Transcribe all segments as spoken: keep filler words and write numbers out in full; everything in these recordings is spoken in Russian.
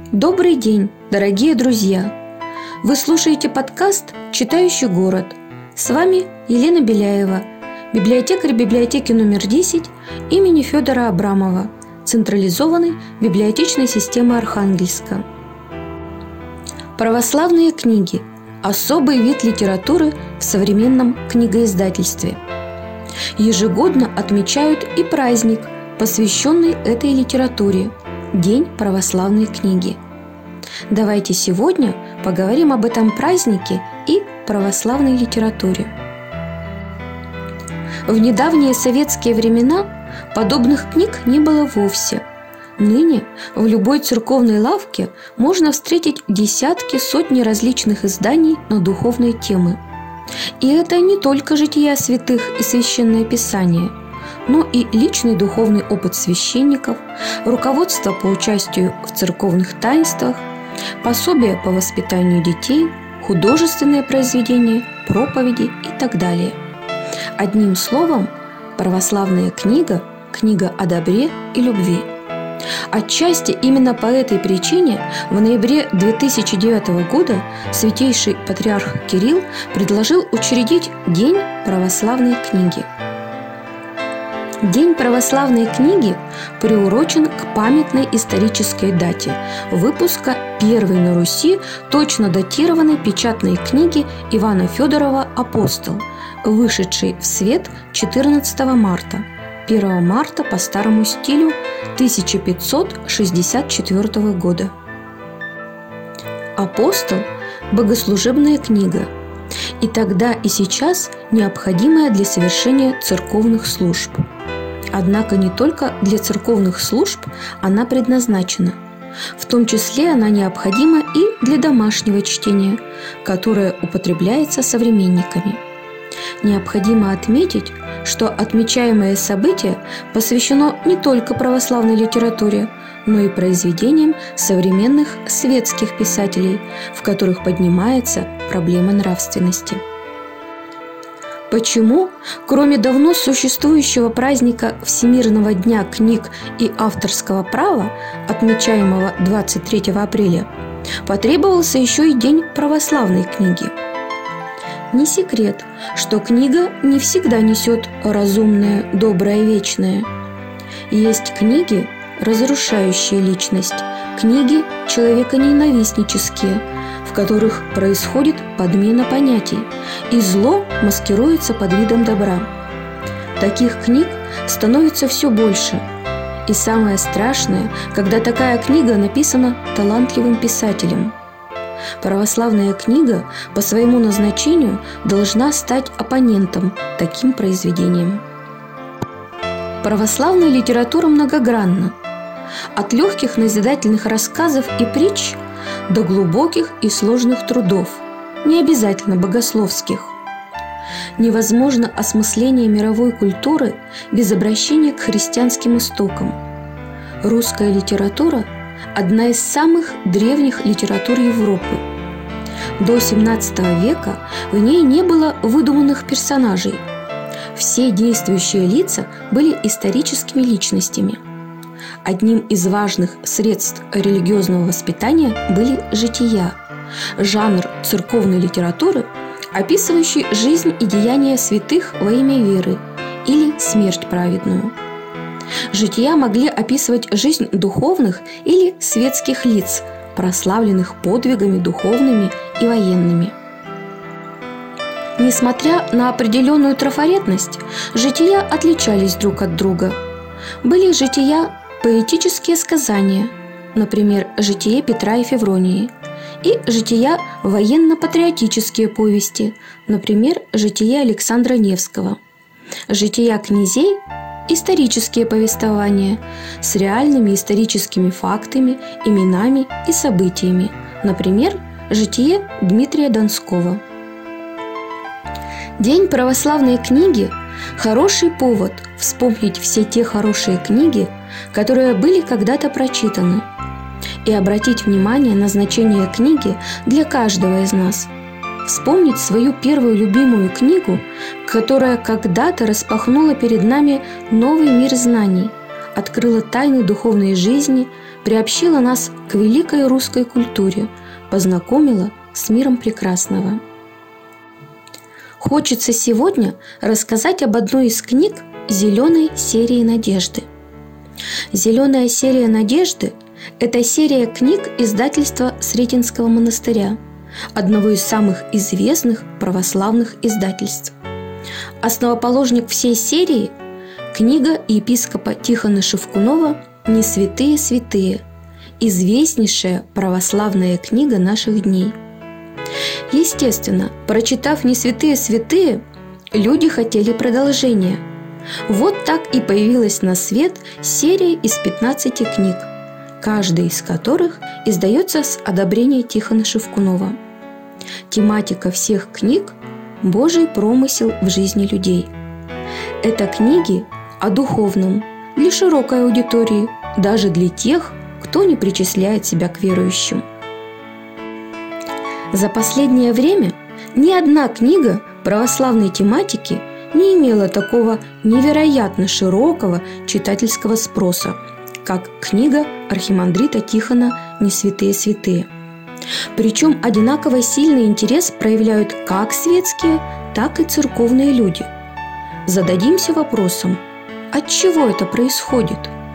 Добрый день, дорогие друзья! Вы слушаете подкаст «Читающий город». С вами Елена Беляева, библиотекарь библиотеки номер десять имени Федора Абрамова, централизованной библиотечной системы Архангельска. Православные книги – особый вид литературы в современном книгоиздательстве. Ежегодно отмечают и праздник, посвященный этой литературе – День православной книги. Давайте сегодня поговорим об этом празднике и православной литературе. В недавние советские времена подобных книг не было вовсе. Ныне в любой церковной лавке можно встретить десятки, сотни различных изданий на духовные темы. И это не только жития святых и священное писание, но и личный духовный опыт священников, руководство по участию в церковных таинствах, пособия по воспитанию детей, художественные произведения, проповеди и так далее. Одним словом, православная книга – книга о добре и любви. Отчасти именно по этой причине в ноябре две тысячи девятого года святейший патриарх Кирилл предложил учредить День православной книги. День православной книги приурочен к памятной исторической дате выпуска первой на Руси точно датированной печатной книги Ивана Федорова «Апостол», вышедшей в свет четырнадцатого марта, первого марта по старому стилю тысяча пятьсот шестьдесят четвёртого года. «Апостол» – богослужебная книга, и тогда и сейчас необходимая для совершения церковных служб. Однако не только для церковных служб она предназначена. В том числе она необходима и для домашнего чтения, которое употребляется современниками. Необходимо отметить, что отмечаемое событие посвящено не только православной литературе, но и произведениям современных светских писателей, в которых поднимается проблема нравственности. Почему, кроме давно существующего праздника Всемирного дня книг и авторского права, отмечаемого двадцать третьего апреля, потребовался еще и День православной книги? Не секрет, что книга не всегда несет разумное, доброе, вечное. Есть книги, разрушающие личность, книги человеконенавистнические, в которых происходит подмена понятий, и зло маскируется под видом добра. Таких книг становится все больше. И самое страшное, когда такая книга написана талантливым писателем. Православная книга по своему назначению должна стать оппонентом таким произведениям. Православная литература многогранна. От легких назидательных рассказов и притч до глубоких и сложных трудов, не обязательно богословских. Невозможно осмысление мировой культуры без обращения к христианским истокам. Русская литература – одна из самых древних литератур Европы. До семнадцатого века в ней не было выдуманных персонажей. Все действующие лица были историческими личностями. Одним из важных средств религиозного воспитания были жития, жанр церковной литературы, описывающий жизнь и деяния святых во имя веры или смерть праведную. Жития могли описывать жизнь духовных или светских лиц, прославленных подвигами духовными и военными. Несмотря на определенную трафаретность, жития отличались друг от друга. Были жития поэтические сказания, например, «Житие Петра и Февронии», и жития военно-патриотические повести, например, «Житие Александра Невского», жития князей – исторические повествования с реальными историческими фактами, именами и событиями, например, «Житие Дмитрия Донского». День православной книги – хороший повод вспомнить все те хорошие книги, которые были когда-то прочитаны, и обратить внимание на значение книги для каждого из нас. Вспомнить свою первую любимую книгу, которая когда-то распахнула перед нами новый мир знаний, открыла тайны духовной жизни, приобщила нас к великой русской культуре, познакомила с миром прекрасного. Хочется сегодня рассказать об одной из книг «Зеленой серии надежды». «Зеленая серия надежды» – это серия книг издательства Сретенского монастыря, одного из самых известных православных издательств. Основоположник всей серии – книга епископа Тихона Шевкунова «Не святые святые», известнейшая православная книга наших дней. Естественно, прочитав «Не святые святые», люди хотели продолжения. Вот так и появилась на свет серия из пятнадцати книг, каждая из которых издается с одобрения Тихона Шевкунова. Тематика всех книг – Божий промысел в жизни людей. Это книги о духовном, для широкой аудитории, даже для тех, кто не причисляет себя к верующим. За последнее время ни одна книга православной тематики не имела такого невероятно широкого читательского спроса, как книга архимандрита Тихона «Не святые святые». Причем одинаково сильный интерес проявляют как светские, так и церковные люди. Зададимся вопросом, от чего это происходит?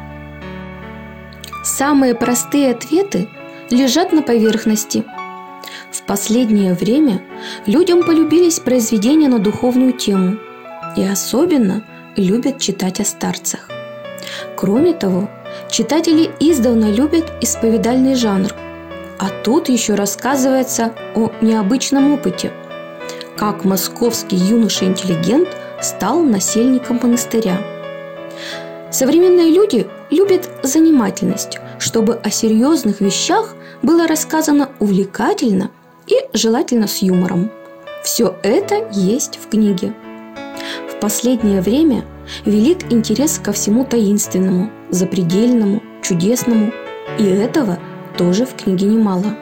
Самые простые ответы лежат на поверхности. В последнее время людям полюбились произведения на духовную тему и особенно любят читать о старцах. Кроме того, читатели издавна любят исповедальный жанр, а тут еще рассказывается о необычном опыте, как московский юноша-интеллигент стал насельником монастыря. Современные люди любят занимательность, чтобы о серьезных вещах было рассказано увлекательно и желательно с юмором. Все это есть в книге. В последнее время велик интерес ко всему таинственному, запредельному, чудесному, и этого тоже в книге немало.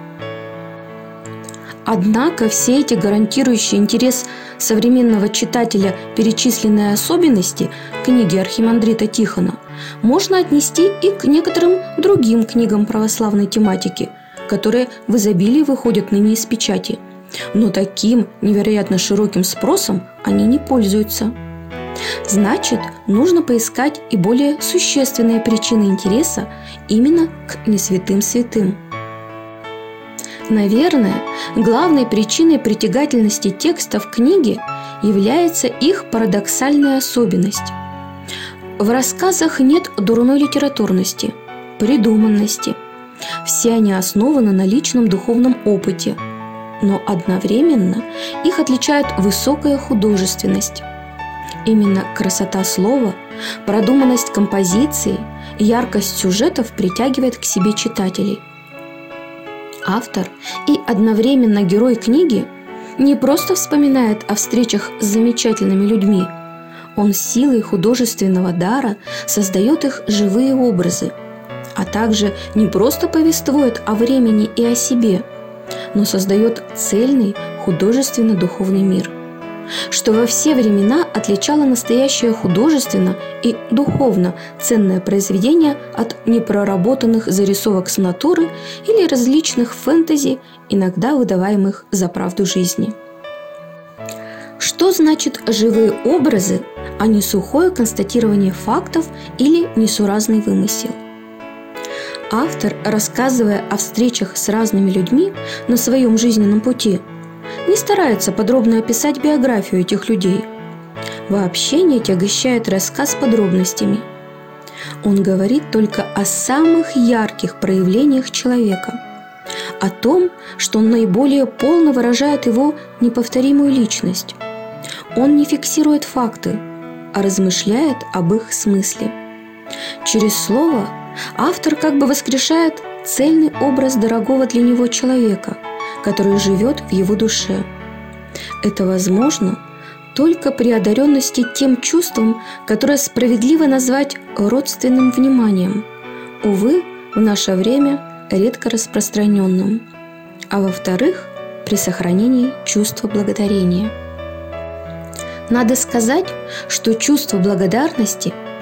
Однако все эти гарантирующие интерес современного читателя перечисленные особенности книги архимандрита Тихона можно отнести и к некоторым другим книгам православной тематики, которые в изобилии выходят ныне из печати. Но таким невероятно широким спросом они не пользуются. Значит, нужно поискать и более существенные причины интереса именно к несвятым святым. Наверное, главной причиной притягательности текстов книги является их парадоксальная особенность. В рассказах нет дурной литературности, придуманности. Все они основаны на личном духовном опыте, но одновременно их отличает высокая художественность. Именно красота слова, продуманность композиции, яркость сюжетов притягивает к себе читателей. Автор и одновременно герой книги не просто вспоминает о встречах с замечательными людьми, он силой художественного дара создает их живые образы, а также не просто повествует о времени и о себе, но создает цельный художественно-духовный мир, что во все времена отличало настоящее художественно и духовно ценное произведение от непроработанных зарисовок с натуры или различных фэнтези, иногда выдаваемых за правду жизни. Что значит живые образы, а не сухое констатирование фактов или несуразный вымысел? Автор, рассказывая о встречах с разными людьми на своем жизненном пути, не старается подробно описать биографию этих людей. Вообще не отягощает рассказ подробностями. Он говорит только о самых ярких проявлениях человека, о том, что он наиболее полно выражает его неповторимую личность. Он не фиксирует факты, а размышляет об их смысле. Через слово автор как бы воскрешает цельный образ дорогого для него человека, который живет в его душе. Это возможно только при одаренности тем чувством, которое справедливо назвать родственным вниманием, увы, в наше время редко распространенным, а во-вторых, при сохранении чувства благодарения. Надо сказать, что чувство благодарности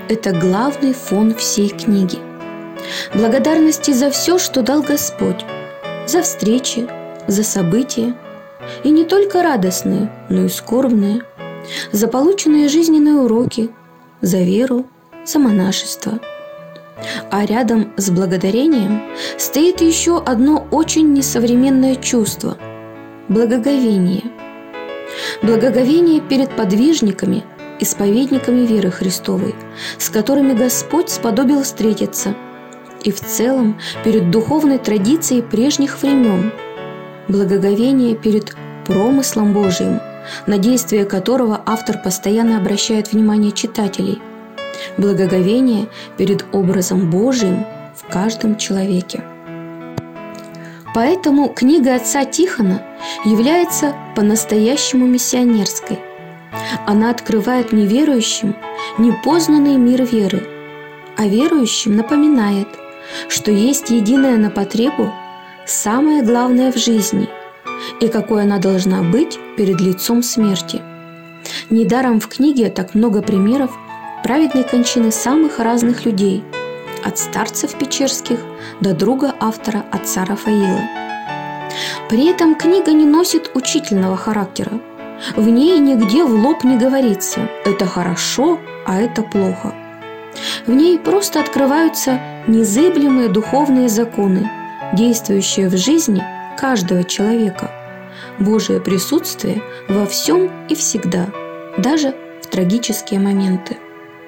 – это главный фон всей книги. Благодарности за все, что дал Господь, за встречи, за события, и не только радостные, но и скорбные, за полученные жизненные уроки, за веру, за монашество. А рядом с благодарением стоит еще одно очень несовременное чувство – благоговение. Благоговение перед подвижниками, исповедниками веры Христовой, с которыми Господь сподобил встретиться, и в целом перед духовной традицией прежних времен. Благоговение перед промыслом Божиим, на действие которого автор постоянно обращает внимание читателей. Благоговение перед образом Божиим в каждом человеке. Поэтому книга отца Тихона является по-настоящему миссионерской. Она открывает неверующим непознанный мир веры, а верующим напоминает, что есть единое на потребу самое главное в жизни и какой она должна быть перед лицом смерти. Недаром в книге так много примеров праведной кончины самых разных людей, от старцев печерских до друга автора отца Рафаила. При этом книга не носит учительного характера. В ней нигде в лоб не говорится «это хорошо, а это плохо». В ней просто открываются незыблемые духовные законы, действующие в жизни каждого человека. Божие присутствие во всем и всегда, даже в трагические моменты.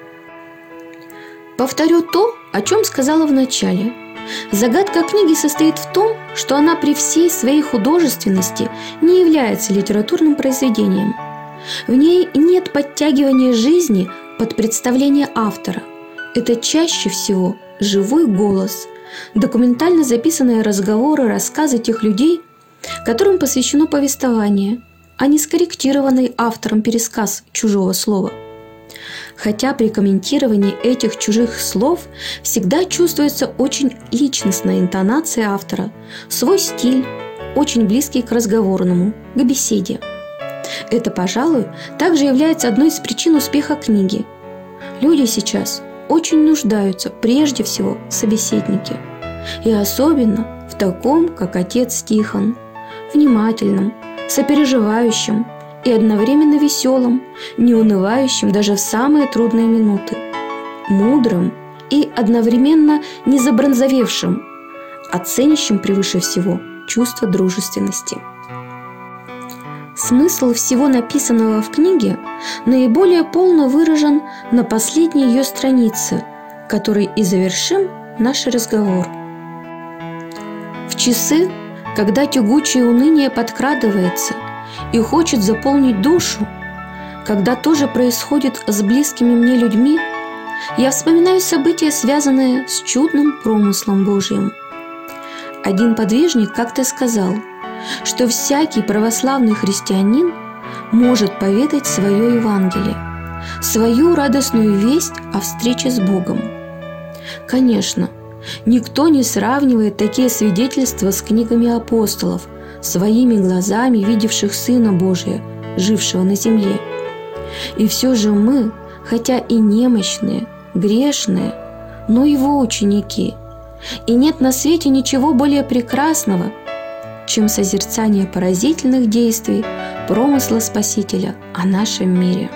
Повторю то, о чем сказала в начале. Загадка книги состоит в том, что она при всей своей художественности не является литературным произведением. В ней нет подтягивания жизни под представление автора. Это чаще всего живой голос, документально записанные разговоры, рассказы тех людей, которым посвящено повествование, а не скорректированный автором пересказ чужого слова. Хотя при комментировании этих чужих слов всегда чувствуется очень личностная интонация автора, свой стиль, очень близкий к разговорному, к беседе. Это, пожалуй, также является одной из причин успеха книги. Люди сейчас очень нуждаются прежде всего в собеседнике, и особенно в таком, как отец Тихон, внимательном, сопереживающем и одновременно веселым, не унывающим даже в самые трудные минуты, мудрым и одновременно не забронзовевшим, оценящим превыше всего чувство дружественности. Смысл всего написанного в книге наиболее полно выражен на последней ее странице, которой и завершим наш разговор. В часы, когда тягучее уныние подкрадывается и хочет заполнить душу, когда то же происходит с близкими мне людьми, я вспоминаю события, связанные с чудным промыслом Божьим. Один подвижник как-то сказал, что всякий православный христианин может поведать свое Евангелие, свою радостную весть о встрече с Богом. Конечно, никто не сравнивает такие свидетельства с книгами апостолов, своими глазами видевших Сына Божия, жившего на земле. И все же мы, хотя и немощные, грешные, но Его ученики, и нет на свете ничего более прекрасного, чем созерцание поразительных действий промысла Спасителя о нашем мире.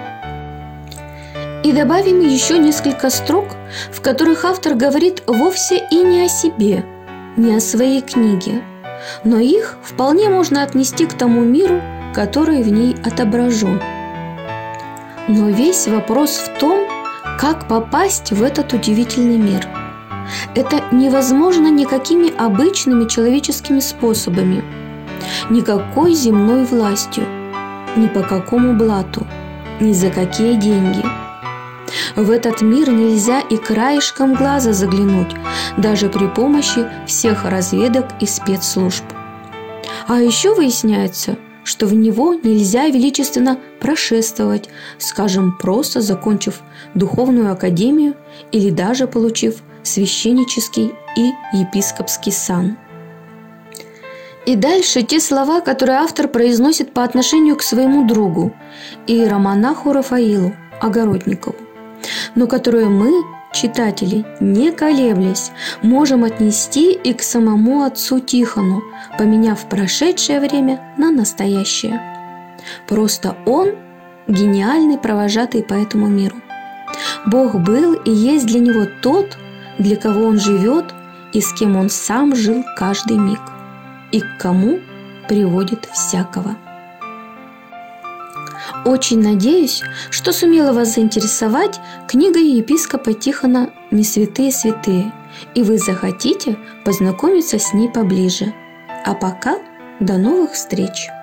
И добавим еще несколько строк, в которых автор говорит вовсе и не о себе, не о своей книге, но их вполне можно отнести к тому миру, который в ней отображен. Но весь вопрос в том, как попасть в этот удивительный мир. Это невозможно никакими обычными человеческими способами, никакой земной властью, ни по какому блату, ни за какие деньги. В этот мир нельзя и краешком глаза заглянуть, даже при помощи всех разведок и спецслужб. А еще выясняется, что в него нельзя величественно прошествовать, скажем, просто закончив духовную академию или даже получив священнический и епископский сан. И дальше те слова, которые автор произносит по отношению к своему другу, иеромонаху Рафаилу Огородникову. но которую мы, читатели, не колеблясь, можем отнести и к самому отцу Тихону, поменяв прошедшее время на настоящее. Просто он – гениальный провожатый по этому миру. Бог был и есть для него тот, для кого он живет и с кем он сам жил каждый миг, и к кому приводит всякого. Очень надеюсь, что сумела вас заинтересовать книга епископа Тихона «Не святые святые», и вы захотите познакомиться с ней поближе. А пока до новых встреч!